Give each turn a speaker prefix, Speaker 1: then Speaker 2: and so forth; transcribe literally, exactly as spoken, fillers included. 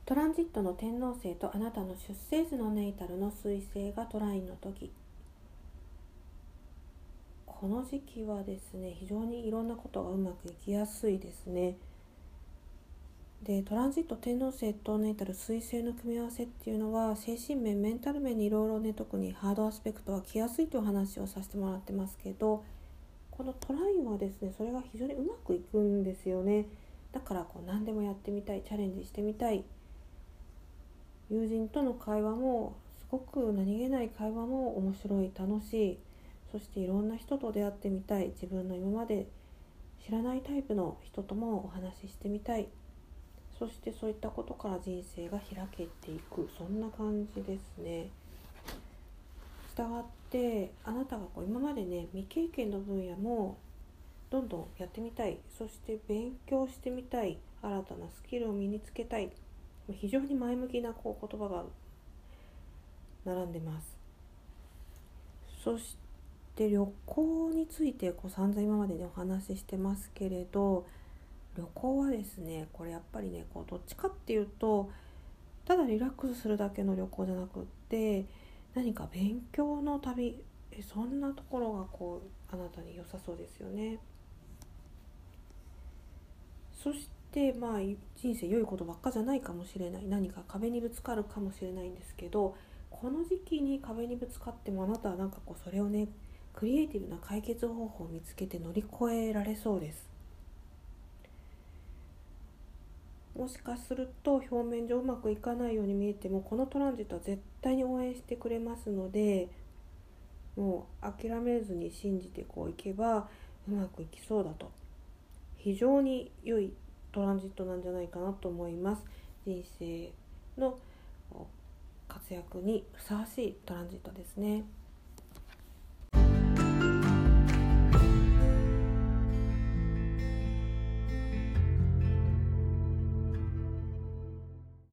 Speaker 1: トランジットの天王星とあなたの出生時のネイタルの彗星がトラインの時、この時期はですね、非常にいろんなことがうまくいきやすいですね。で、トランジット天王星とネイタル彗星の組み合わせっていうのは、精神面メンタル面にいろいろね、特にハードアスペクトは来やすいという話をさせてもらってますけど、このトラインはですね、それが非常にうまくいくんですよね。だからこう何でもやってみたい、チャレンジしてみたい、友人との会話もすごく何気ない会話も面白い、楽しい、そしていろんな人と出会ってみたい、自分の今まで知らないタイプの人ともお話ししてみたい、そしてそういったことから人生が開けていく、そんな感じですね。したがってあなたがこう今までね、未経験の分野もどんどんやってみたい、そして勉強してみたい、新たなスキルを身につけたい、非常に前向きなこう言葉が並んでます。そして旅行についてこう散々今までねお話ししてますけれど、旅行はですね、これやっぱりね、こうどっちかっていうと、ただリラックスするだけの旅行じゃなくって、何か勉強の旅、えそんなところがこうあなたに良さそうですよね。そしてまあ人生良いことばっかじゃないかもしれない、何か壁にぶつかるかもしれないんですけど、この時期に壁にぶつかってもあなたはなんかこうそれをね、クリエイティブな解決方法を見つけて乗り越えられそうです。もしかすると表面上うまくいかないように見えても、このトランジットは絶対に応援してくれますので、もう諦めずに信じてこういけばうまくいきそうだと、非常に良いトランジットなんじゃないかなと思います。人生の活躍にふさわしいトランジットですね。